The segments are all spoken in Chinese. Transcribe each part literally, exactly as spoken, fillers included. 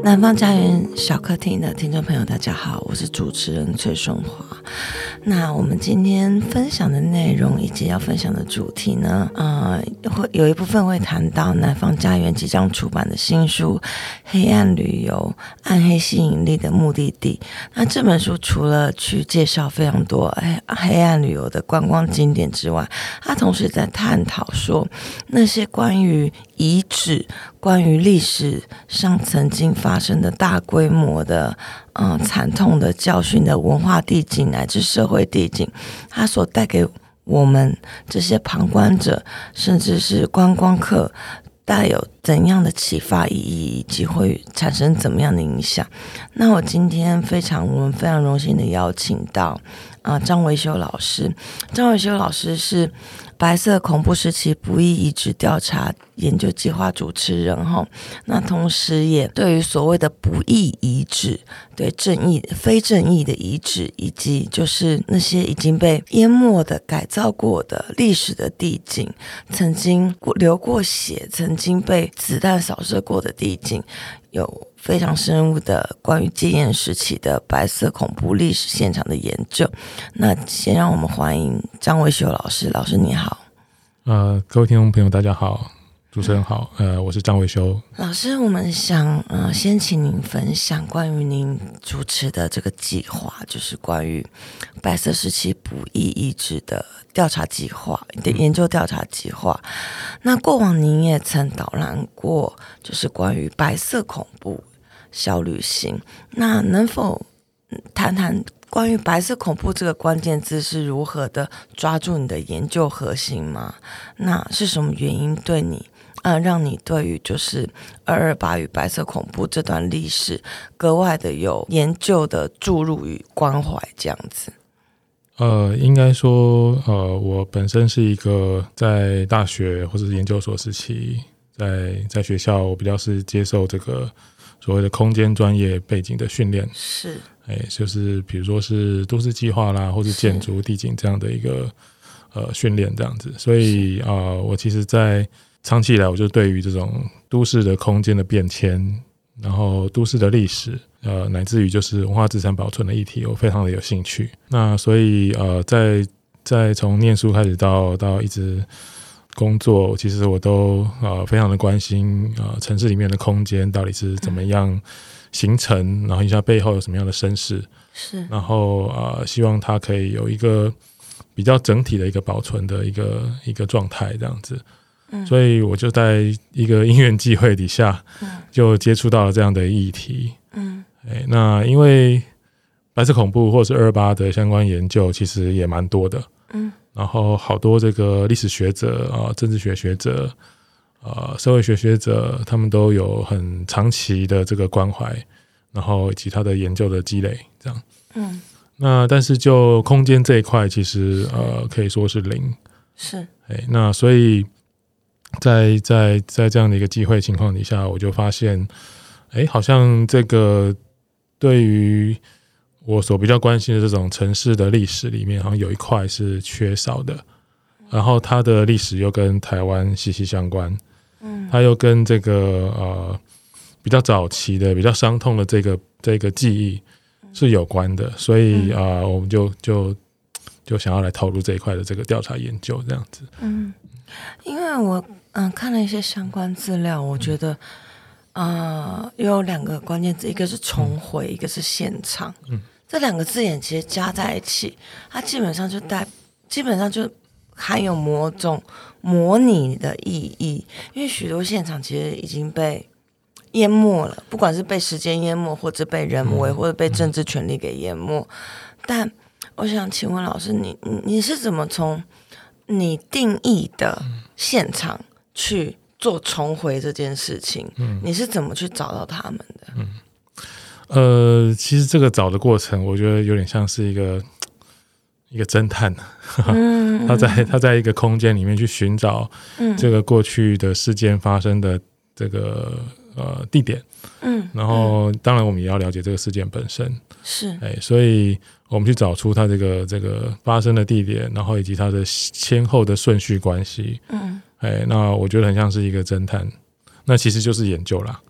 南方家园小客厅的听众朋友大家好，我是主持人崔顺华。那我们今天分享的内容以及要分享的主题呢，呃，会有一部分会谈到南方家园即将出版的新书《黑暗旅游：暗黑吸引力的目的地》。那这本书除了去介绍非常多哎黑暗旅游的观光景点之外，它同时在探讨说那些关于遗址、关于历史上曾经发生的大规模的嗯惨痛的教训的文化地景乃至社会地景，它所带给我们这些旁观者甚至是观光客带有怎样的启发意义，以及会产生怎么样的影响。那我今天非常我们非常荣幸的邀请到啊、呃、张维修老师。张维修老师是白色恐怖时期不义遗址调查研究计划主持人齁，那同时也对于所谓的不义遗址、对正义非正义的遗址，以及就是那些已经被淹没的改造过的历史的地景，曾经流过血，曾经被子弹扫射过的地景，有非常深入的关于戒严时期的白色恐怖历史现场的研究。那先让我们欢迎张维修老师。老师你好。 呃，各位听众朋友大家好，主持人好，呃，我是张维修老师。我们想呃先请您分享关于您主持的这个计划，就是关于白色时期不义遗址的调查计划的研究调查计划。那过往您也曾导览过就是关于白色恐怖小旅行，那能否谈谈关于白色恐怖这个关键字是如何的抓住你的研究核心吗？那是什么原因对你呃，让你对于就是二二八与白色恐怖这段历史格外的有研究的注入与关怀这样子？ 呃，应该说呃，我本身是一个在大学或者是研究所时期在在学校我比较是接受这个所谓的空间专业背景的训练， 是哎，就是比如说是都市计划啦，或是建筑地景这样的一个呃训练这样子，所以啊、呃，我其实在长期以来我就对于这种都市的空间的变迁，然后都市的历史，呃，乃至于就是文化资产保存的议题，我非常的有兴趣。那所以呃，在在从念书开始到到一直工作，其实我都呃非常的关心呃城市里面的空间到底是怎么样形成，然后一下背后有什么样的身世， 是， 然后呃希望它可以有一个比较整体的一个保存的一个一个状态这样子。嗯、所以我就在一个因缘际会底下，就接触到了这样的议题。嗯，欸、那因为白色恐怖或者是二二八的相关研究其实也蛮多的。嗯，然后好多这个历史学者啊、呃、政治学学者、呃社会学学者，他们都有很长期的这个关怀，然后以及他的研究的积累，这样。嗯，那但是就空间这一块，其实呃可以说是零。 是， 欸、那所以在在在这样的一个机会情况底下，我就发现，哎，好像这个对于我所比较关心的这种城市的历史里面，好像有一块是缺少的，然后它的历史又跟台湾息息相关，嗯，它又跟这个呃比较早期的、比较伤痛的这个这个记忆是有关的，所以啊、呃，我们就就就想要来投入这一块的这个调查研究，这样子。 嗯，因为我嗯看了一些相关资料，我觉得。呃，有两个关键字，一个是重回，嗯、一个是现场。嗯，这两个字眼其实加在一起，它基本上就带，基本上就含有某种模拟的意义。因为许多现场其实已经被淹没了，不管是被时间淹没，或者被人为，嗯、或者被政治权力给淹没。但我想请问老师，你你是怎么从你定义的现场去做重回这件事情，嗯、你是怎么去找到他们的？ 嗯，呃，其实这个找的过程，我觉得有点像是一个一个侦探，嗯、他在他在一个空间里面去寻找这个过去的事件发生的这个呃地点，嗯，然后当然我们也要了解这个事件本身， 是， 哎，所以我们去找出它这个这个发生的地点，然后以及它的先后的顺序关系，嗯。哎，那我觉得很像是一个侦探，那其实就是研究啦。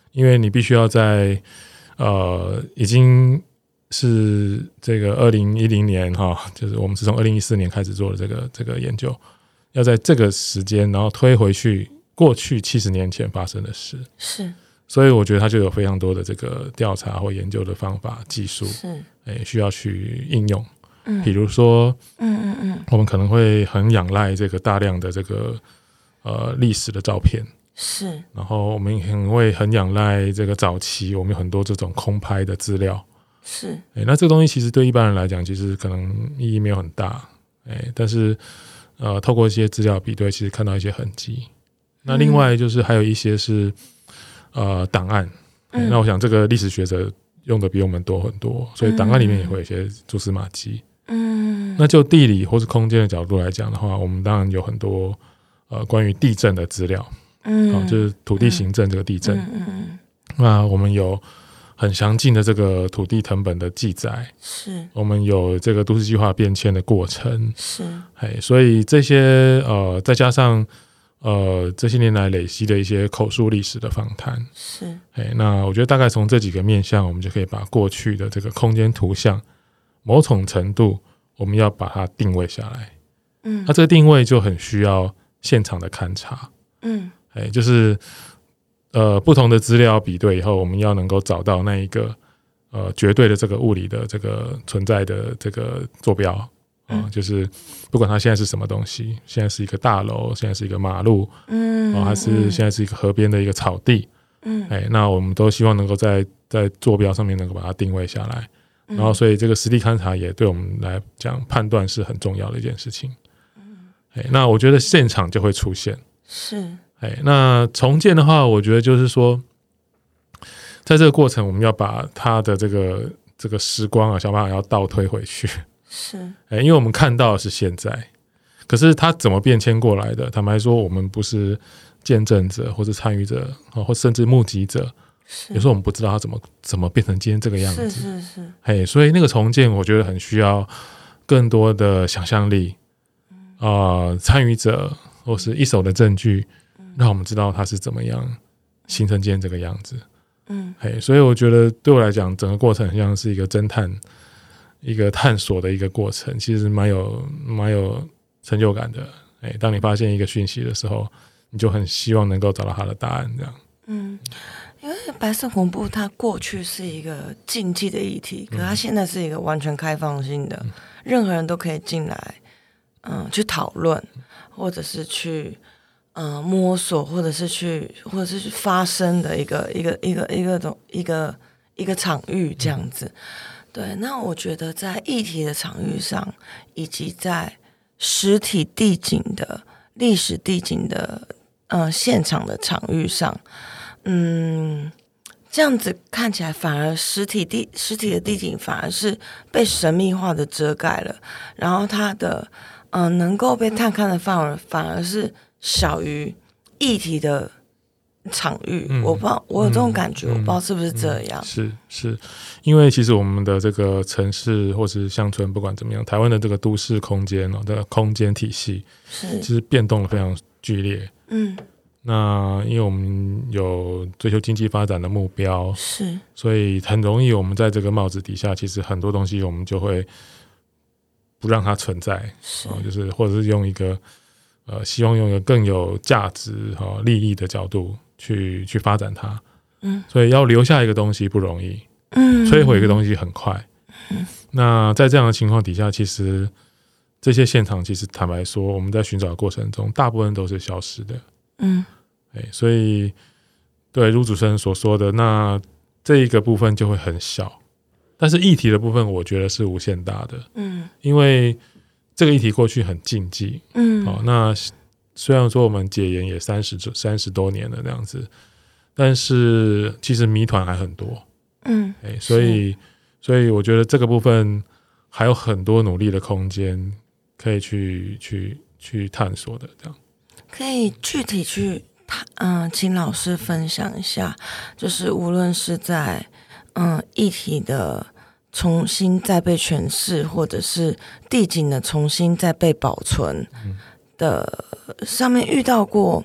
因为你必须要在呃已经是这个二零一零年哈，就是我们是从二零一四年开始做的这个这个研究，要在这个时间然后推回去过去七十年前发生的事， 是， 所以我觉得它就有非常多的这个调查或研究的方法技术， 是， 哎，需要去应用。嗯，比如说，嗯嗯嗯，我们可能会很仰赖这个大量的这个呃历史的照片， 是， 然后我们很会很仰赖这个早期我们有很多这种空拍的资料， 是， 哎，那这个东西其实对一般人来讲，其实可能意义没有很大，哎，但是呃，透过一些资料比对，其实看到一些痕迹。那另外就是还有一些是呃档案，嗯，那我想这个历史学者用的比我们多很多，所以档案里面也会有一些蛛丝马迹。嗯，那就地理或是空间的角度来讲的话，我们当然有很多呃关于地震的资料，嗯，哦，就是土地行政这个地震，嗯嗯嗯，那我们有很详尽的这个土地誊本的记载， 是， 我们有这个都市计划变迁的过程， 是， 哎，所以这些呃再加上呃这些年来累积的一些口述历史的访谈， 是， 哎，那我觉得大概从这几个面向，我们就可以把过去的这个空间图像某种程度我们要把它定位下来，嗯，那这个定位就很需要现场的勘察，嗯，哎，就是呃不同的资料比对以后，我们要能够找到那一个呃绝对的这个物理的这个存在的这个坐标啊，嗯，就是不管它现在是什么东西，现在是一个大楼，现在是一个马路，嗯，哦，还是现在是一个河边的一个草地，嗯，哎，那我们都希望能够在在坐标上面能够把它定位下来。然后，所以这个实地勘察也对我们来讲判断是很重要的一件事情。嗯，哎，那我觉得现场就会出现。 是， 哎，那重建的话，我觉得就是说，在这个过程，我们要把它的这个这个时光啊，想办法要倒推回去。 是， 哎，因为我们看到的是现在，可是它怎么变迁过来的？坦白说，我们不是见证者，或者参与者，或甚至目击者。有时候我们不知道它怎么怎么变成今天这个样子， 是是是， 嘿，所以那个重建，我觉得很需要更多的想象力，啊、呃，参与者或是一手的证据，让我们知道它是怎么样形成今天这个样子。嗯，嘿，所以我觉得对我来讲，整个过程很像是一个侦探、一个探索的一个过程，其实蛮有蛮有成就感的。哎，当你发现一个讯息的时候，你就很希望能够找到它的答案，这样。 嗯。因为白色恐怖它过去是一个禁忌的议题，可它现在是一个完全开放性的，嗯，任何人都可以进来，嗯，去讨论，或者是去嗯摸索，或者是去或者是去发声的一个一个一个一个种一个一个场域这样子。对，那我觉得在议题的场域上，以及在实体地景的历史地景的呃现场的场域上。嗯，这样子看起来反而实体地实体的地景反而是被神秘化的遮盖了，然后它的嗯、呃、能够被探看的范围反而是小于议题的场域。嗯，我不知道，我有这种感觉，嗯，我不知道是不是这样。 嗯，是是，因为其实我们的这个城市或是乡村，不管怎么样，台湾的这个都市空间哦，这个空间体系是其实变动的非常剧烈。嗯。那因为我们有追求经济发展的目标， 是， 所以很容易我们在这个帽子底下，其实很多东西我们就会不让它存在，是，哦，就是或者是用一个呃，希望用一个更有价值和，哦，利益的角度去去发展它。嗯，所以要留下一个东西不容易，嗯，摧毁一个东西很快。嗯，那在这样的情况底下，其实这些现场其实坦白说，我们在寻找的过程中，大部分都是消失的。嗯，所以对，如主持人所说的，那这一个部分就会很小，但是议题的部分，我觉得是无限大的。嗯，因为这个议题过去很禁忌。嗯，好，那虽然说我们解严也三十三十多年了这样子，但是其实谜团还很多。嗯，所以所以我觉得这个部分还有很多努力的空间可以去去去探索的，这样。 可以具体去，嗯，请老师分享一下，就是无论是在嗯议题的重新再被诠释，或者是地景的重新再被保存的上面遇到过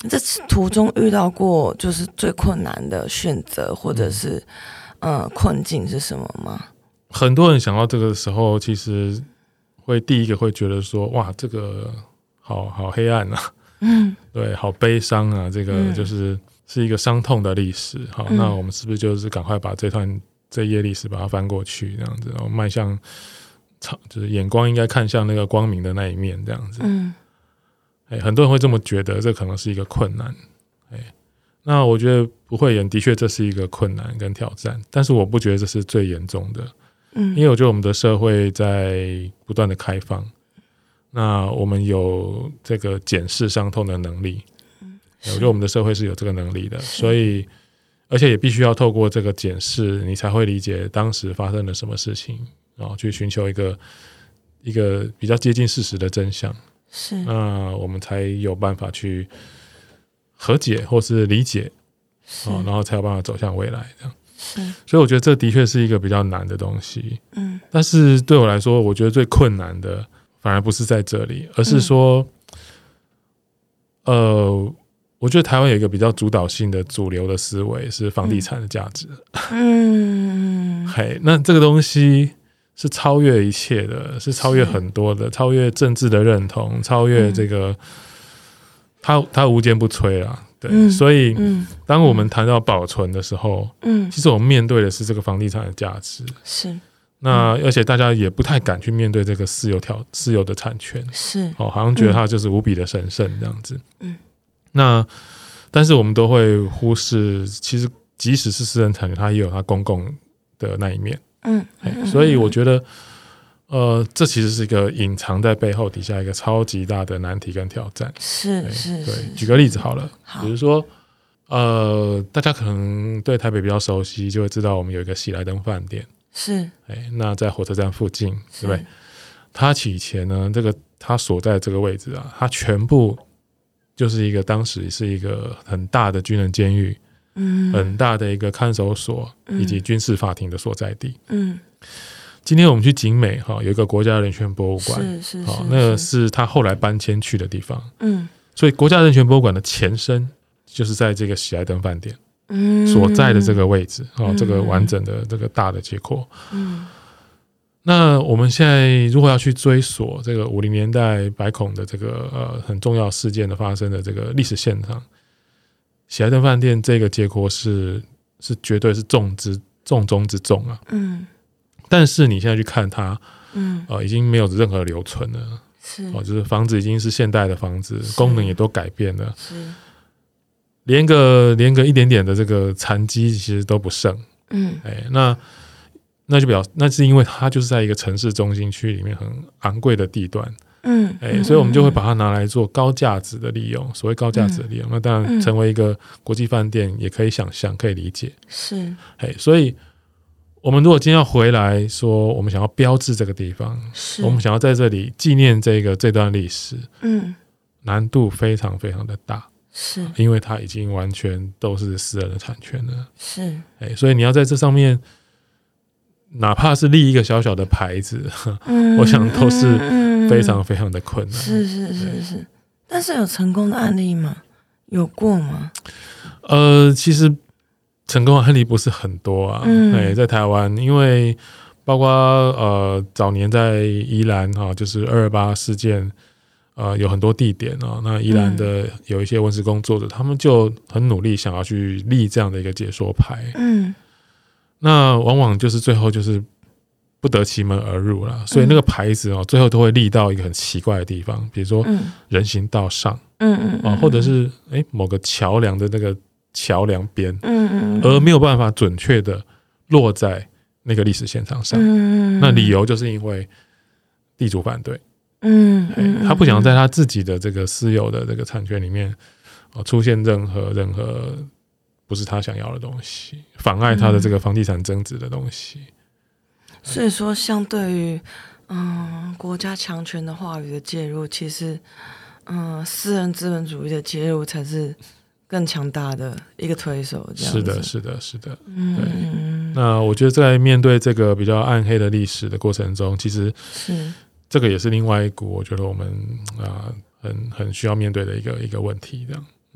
这途中遇到过就是最困难的选择或者是、嗯呃、困境是什么吗？ 很多人想到这个时候，其实会第一个会觉得说，哇，这个好好黑暗啊，嗯，对，好悲伤啊，这个就是是一个伤痛的历史。好，嗯、那我们是不是就是赶快把这段这页历史把它翻过去，这样子，然后迈向，就是眼光应该看向那个光明的那一面，这样子。嗯。欸、很多人会这么觉得，这可能是一个困难。欸、那我觉得不会演，的确这是一个困难跟挑战，但是我不觉得这是最严重的。嗯，因为我觉得我们的社会在不断的开放，那我们有这个检视伤痛的能力。嗯，我觉得我们的社会是有这个能力的，所以而且也必须要透过这个检视，你才会理解当时发生了什么事情，然后去寻求一个一个比较接近事实的真相。是，那我们才有办法去和解或是理解，哦，然后才有办法走向未来这样。是，所以我觉得这的确是一个比较难的东西。嗯，但是对我来说，我觉得最困难的反而不是在这里，而是说，嗯、呃，我觉得台湾有一个比较主导性的主流的思维是房地产的价值。嗯，嘿，那这个东西。是超越一切的，是超越很多的，超越政治的认同，超越这个，嗯、它它无坚不摧啦。对，嗯、所以、嗯、当我们谈到保存的时候，嗯，其实我们面对的是这个房地产的价值。是，那、嗯、而且大家也不太敢去面对这个私有条私有的产权，是哦，好像觉得它就是无比的神圣这样子。嗯，那但是我们都会忽视，其实即使是私人产权，它也有它公共的那一面。嗯, 嗯，所以我觉得，呃，这其实是一个隐藏在背后底下一个超级大的难题跟挑战。是是，对。举个例子好了，好比如说，呃，大家可能对台北比较熟悉，就会知道我们有一个喜来登饭店。是，哎，那在火车站附近，对不对？它以前呢，这个它所在的这个位置啊，它全部就是一个当时是一个很大的军人监狱。嗯，很大的一个看守所以及军事法庭的所在地。嗯，今天我们去景美哈，有一个国家人权博物馆，是是是，那个是他后来搬迁去的地方。嗯，所以国家人权博物馆的前身就是在这个喜来登饭店所在的这个位置，哦，这个完整的这个大的结构。嗯，那我们现在如果要去追索这个五零年代百孔的这个呃很重要事件的发生的这个历史现场。喜来登饭店这个结果是是绝对是重之重中之重啊，嗯，但是你现在去看它，嗯，呃，已经没有任何留存了，是哦，就是房子已经是现代的房子，功能也都改变了，是，连个连个一点点的这个残迹其实都不剩，嗯，哎，那那就表那是因为它就是在一个城市中心区里面很昂贵的地段。嗯，欸，所以我们就会把它拿来做高价值的利用。所谓高价值的利用，嗯、那当然成为一个国际饭店也可以想象，可以理解。是，欸，所以我们如果今天要回来说，我们想要标志这个地方，我们想要在这里纪念这个这段历史，嗯，难度非常非常的大。是，因为它已经完全都是私人的产权了。是，欸，所以你要在这上面。哪怕是立一个小小的牌子，嗯、我想都是非常非常的困难。 是是是是，但是有成功的案例吗？有过吗？ 呃，其实成功的案例不是很多啊。嗯，欸，在台湾，因为包括呃早年在宜兰哈，就是二二八事件，呃有很多地点啊。那宜兰的有一些文史工作者，他们就很努力想要去立这样的一个解说牌。嗯。那往往就是最后就是不得其门而入啦，所以那个牌子哦，最后都会立到一个很奇怪的地方，比如说人行道上，嗯嗯，哦，或者是哎某个桥梁的那个桥梁边，嗯嗯，而没有办法准确的落在那个历史现场上。嗯，那理由就是因为地主反对，嗯，他不想在他自己的这个私有的这个产权里面哦出现任何任何。不是他想要的东西，妨碍他的这个房地产增值的东西。 嗯、所以说，相对于嗯国家强权的话语的介入，其实嗯私人资本主义的介入才是更强大的一个推手。这样子是的，是的，是的。嗯，对。那我觉得在面对这个比较暗黑的历史的过程中，其实是这个也是另外一股我觉得我们啊、呃、很很需要面对的一个一个问题。这样。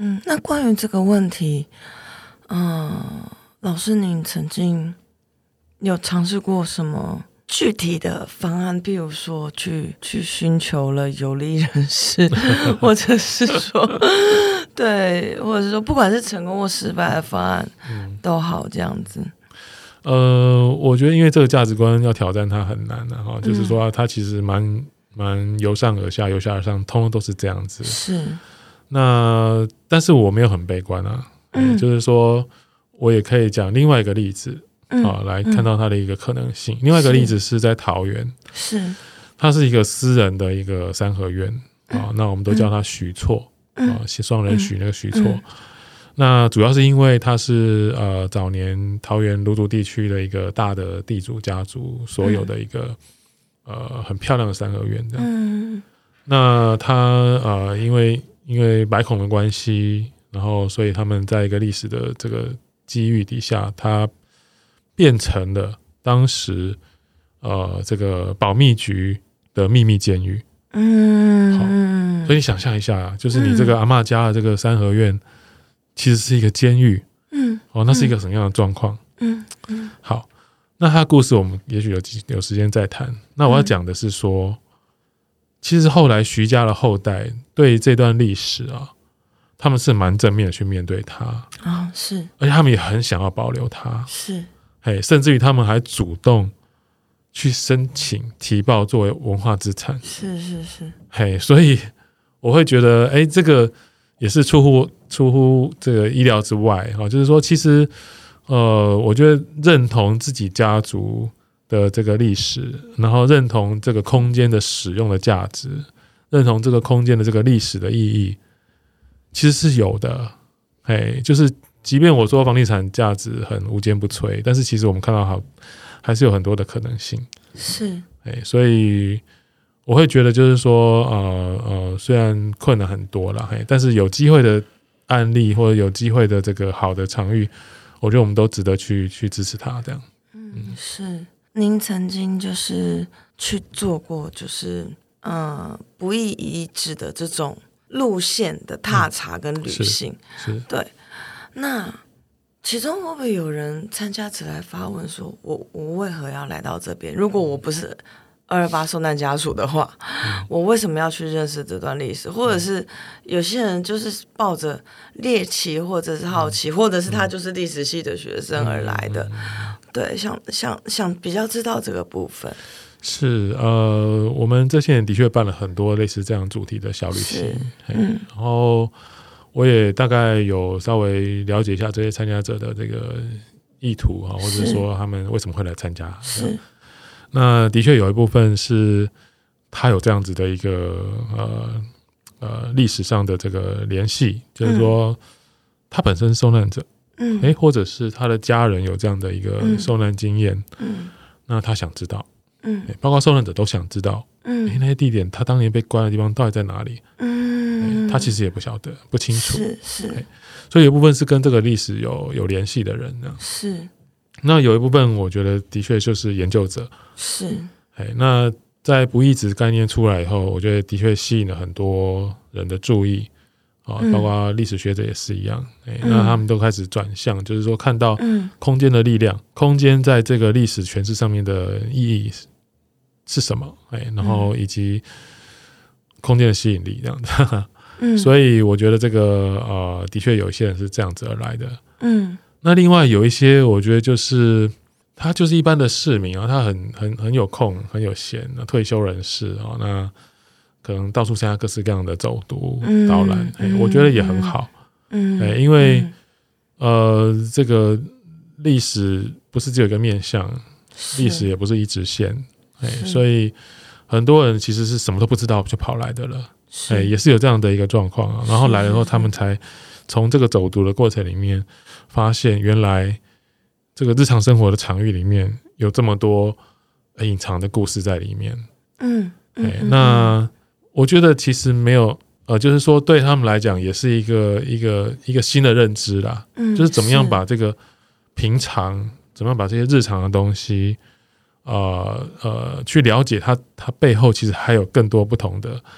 嗯，那关于这个问题，嗯、呃，老师您曾经有尝试过什么具体的方案，譬如说去去寻求了有利人士，或者是说对，或者是说不管是成功或失败的方案、嗯、都好这样子。 呃，我觉得因为这个价值观要挑战它很难啊，哈、嗯，就是说它其实蛮蛮由上而下，由下而上，通通都是这样子。 是。 那但是我没有很悲观啊，嗯，就是说我也可以讲另外一个例子。嗯啊、来看到它的一个可能性、嗯、另外一个例子是在桃园，是它是一个私人的一个三合院、嗯啊、那我们都叫它许厝、嗯啊、双人许那个许厝、嗯、那主要是因为它是呃早年桃园芦竹地区的一个大的地主家族所有的一个、嗯、呃很漂亮的三合院这样、嗯、那它呃因为因为百孔的关系，然后所以他们在一个历史的这个机遇底下，它变成了当时呃这个保密局的秘密监狱。嗯，好，所以你想象一下，就是你这个阿嬷家的这个三合院，其实是一个监狱。嗯，哦，那是一个什么样的状况？嗯嗯，好，那他的故事我们也许有有时间再谈。那我要讲的是说，嗯、其实后来徐家的后代对这段历史啊，他们是蛮正面的去面对它啊、 哦，是， 而且他们也很想要保留它， 是。 嘿，甚至于他们还主动去申请提报作为文化资产， 是是是， 嘿，所以我会觉得，哎，这个也是出乎出乎这个意料之外哈，就是说，其实呃，我觉得认同自己家族的这个历史，然后认同这个空间的使用的价值，认同这个空间的这个历史的意义，其实是有的，嘿，就是。即便我说房地产价值很无坚不摧，但是其实我们看到好还是有很多的可能性。 是， 欸、所以我会觉得就是说，呃呃，虽然困难很多啦，但是有机会的案例或者有机会的这个好的场域，我觉得我们都值得去去支持它。这样， 嗯，是。您曾经就是去做过，就是呃不易遗址的这种路线的踏查跟旅行， 嗯、是, 是对。那其中会不会有人参加者来发问说我我为何要来到这边？如果我不是二二八受难家属的话、嗯、我为什么要去认识这段历史？或者是有些人就是抱着猎奇或者是好奇、嗯、或者是他就是历史系的学生而来的、嗯、对，想想想比较知道这个部分。 是呃，我们这些年的确办了很多类似这样主题的小旅行、嗯、然后我也大概有稍微了解一下这些参加者的这个意图啊，或者说他们为什么会来参加。是，那的确有一部分是他有这样子的一个呃呃历史上的这个联系，就是说他本身是受难者，嗯，哎，或者是他的家人有这样的一个受难经验，嗯，那他想知道，嗯，包括受难者都想知道，嗯，那些地点他当年被关的地方到底在哪里？嗯。他其实也不晓得，不清楚， 是是， 所以有一部分是跟这个历史有有联系的人呢。 是， 那有一部分我觉得的确就是研究者。 是， 哎，那在不义址概念出来以后，我觉得的确吸引了很多人的注意啊、嗯，包括历史学者也是一样。哎、嗯，那他们都开始转向，就是说看到空间的力量，嗯、空间在这个历史诠释上面的意义是什么？哎，然后以及空间的吸引力这样的。嗯，所以我觉得这个呃，的确有一些人是这样子而来的。嗯，那另外有一些，我觉得就是他就是一般的市民啊，他很很很有空，很有闲，退休人士啊，那可能到处参加各式各样的走读、嗯、导览、嗯，我觉得也很好。嗯，欸、因为、嗯、呃，这个历史不是只有一个面向，历史也不是一直线，欸、所以很多人其实是什么都不知道就跑来的了。欸、也是有这样的一个状况、啊、然后来了后他们才从这个走读的过程里面发现原来这个日常生活的场域里面有这么多隐藏的故事在里面。嗯，嗯欸、那我觉得其实没有呃，就是说对他们来讲也是一个一个一个新的认知啦、嗯、就是怎么样把这个平常怎么样把这些日常的东西呃呃去了解它它背后其实还有更多不同的或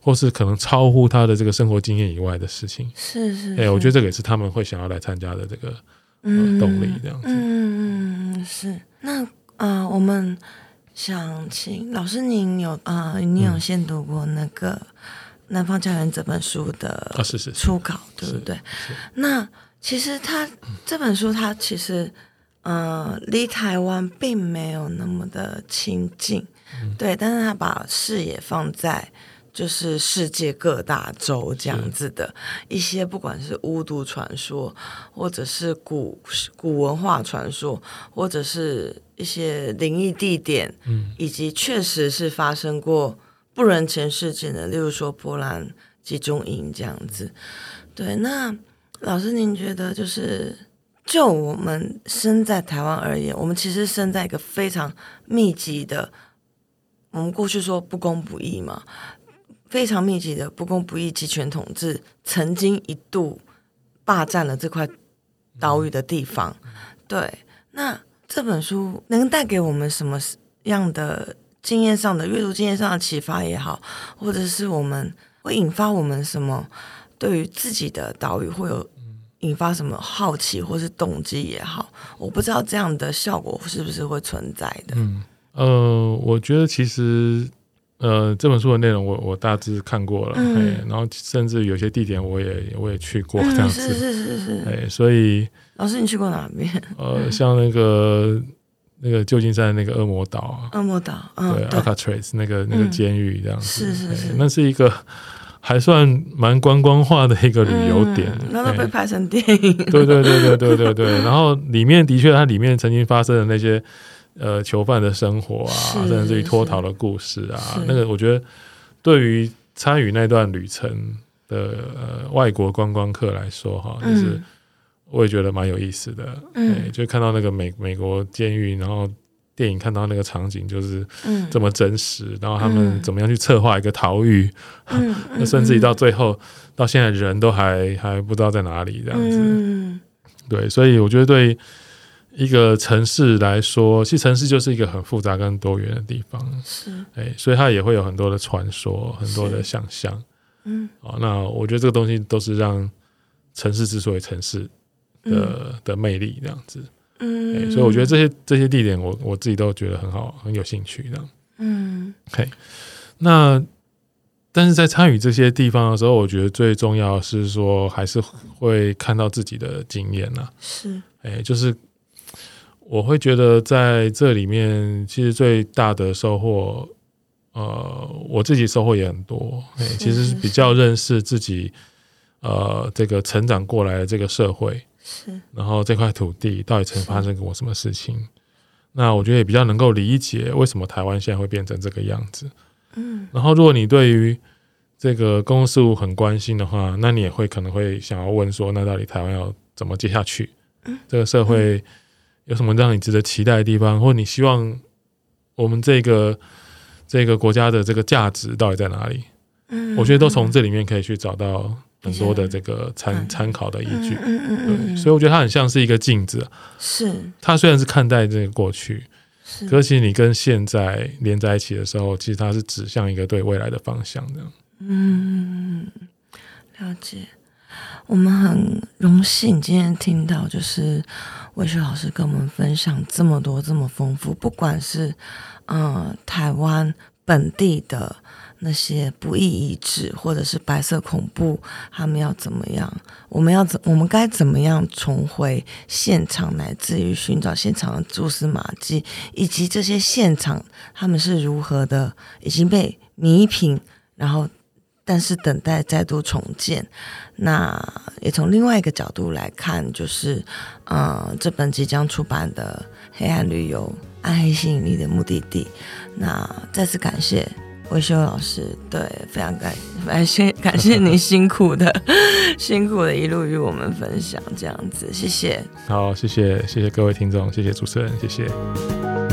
或是可能超乎他的这个生活经验以外的事情。 是是是、 欸、我觉得这个也是他们会想要来参加的这个、呃、动力这样子。 嗯嗯，是。那呃，我们想请老师您有呃，你有先读过那个《南方家园》这本书的啊，是是初稿，对不对？那其实他这本书，它其实呃离台湾并没有那么的亲近，嗯、对，但是他把视野放在就是世界各大洲这样子的一些，不管是巫毒传说，或者是古古文化传说，或者是一些灵异地点，嗯，以及确实是发生过不人前事件的，例如说波兰集中营这样子。对，那老师您觉得就是就我们身在台湾而言，我们其实身在一个非常密集的，我们过去说不公不义嘛，非常密集的不公不义集权统治曾经一度霸占了这块岛屿的地方。对，那这本书能带给我们什么样的经验上的阅读经验上的启发也好，或者是我们会引发我们什么对于自己的岛屿会有引发什么好奇或是动机也好，我不知道这样的效果是不是会存在的。 嗯，呃，我觉得其实呃这本书的内容我我大致看过了，嗯、然后甚至有些地点我也我也去过这样子， 嗯、是是是是， 所以老师你去过哪边？ 呃，像那个那个旧金山的那个恶魔岛啊， 恶魔岛，嗯， 对 Alcatraz 那个那个监狱这样子， 是是是， 那是一个还算蛮观光化的一个旅游点， 那、嗯、都被拍成电影。 对对对对对对对。然后里面的确，它里面曾经发生的那些呃囚犯的生活啊，甚至于脱逃的故事啊，那个我觉得对于参与那段旅程的呃外国观光客来说，哈，就是。嗯我也觉得蛮有意思的，嗯，就看到那个美美国监狱，然后电影看到那个场景就是这么真实，嗯、然后他们怎么样去策划一个逃狱，嗯嗯、甚至于到最后到现在人都还还不知道在哪里这样子，嗯、对，所以我觉得对一个城市来说，其实城市就是一个很复杂跟多元的地方，是，哎，所以它也会有很多的传说，很多的想象，嗯，好，那我觉得这个东西都是让城市之所以城市。的, 的魅力这样子，嗯，所以我觉得这些这些地点我我自己都觉得很好，很有兴趣这样，嗯 ，OK， 那但是在参与这些地方的时候，我觉得最重要的是说，还是会看到自己的经验呐，是，哎，就是我会觉得在这里面，其实最大的收获，呃，我自己收获也很多，哎，其实是比较认识自己，呃，这个成长过来的这个社会。是，然后这块土地到底曾发生过什么事情？那我觉得也比较能够理解为什么台湾现在会变成这个样子。嗯，然后如果你对于这个公共事务很关心的话，那你也会可能会想要问说，那到底台湾要怎么接下去？嗯，这个社会有什么让你值得期待的地方，或你希望我们这个这个国家的这个价值到底在哪里？嗯，我觉得都从这里面可以去找到。很多的这个参参考的依据，嗯嗯嗯对，所以我觉得它很像是一个镜子，是它虽然是看待这个过去，是，可是其实你跟现在连在一起的时候，其实它是指向一个对未来的方向这样。嗯， 了解。我们很荣幸今天听到就是魏雪老师跟我们分享这么多这么丰富，不管是呃台湾本地的。那些不义遗址或者是白色恐怖，他们要怎么样？我们要怎？我们该怎么样重回现场，乃至于寻找现场的蛛丝马迹，以及这些现场他们是如何的已经被弥平，然后但是等待再度重建。那也从另外一个角度来看，就是呃，这本即将出版的《黑暗旅游：暗黑吸引力的目的地》。那再次感谢。维修老师，对，非常感感谢感谢你辛苦的辛苦的一路与我们分享这样子，谢谢。 好，谢谢谢谢各位听众，谢谢主持人，谢谢。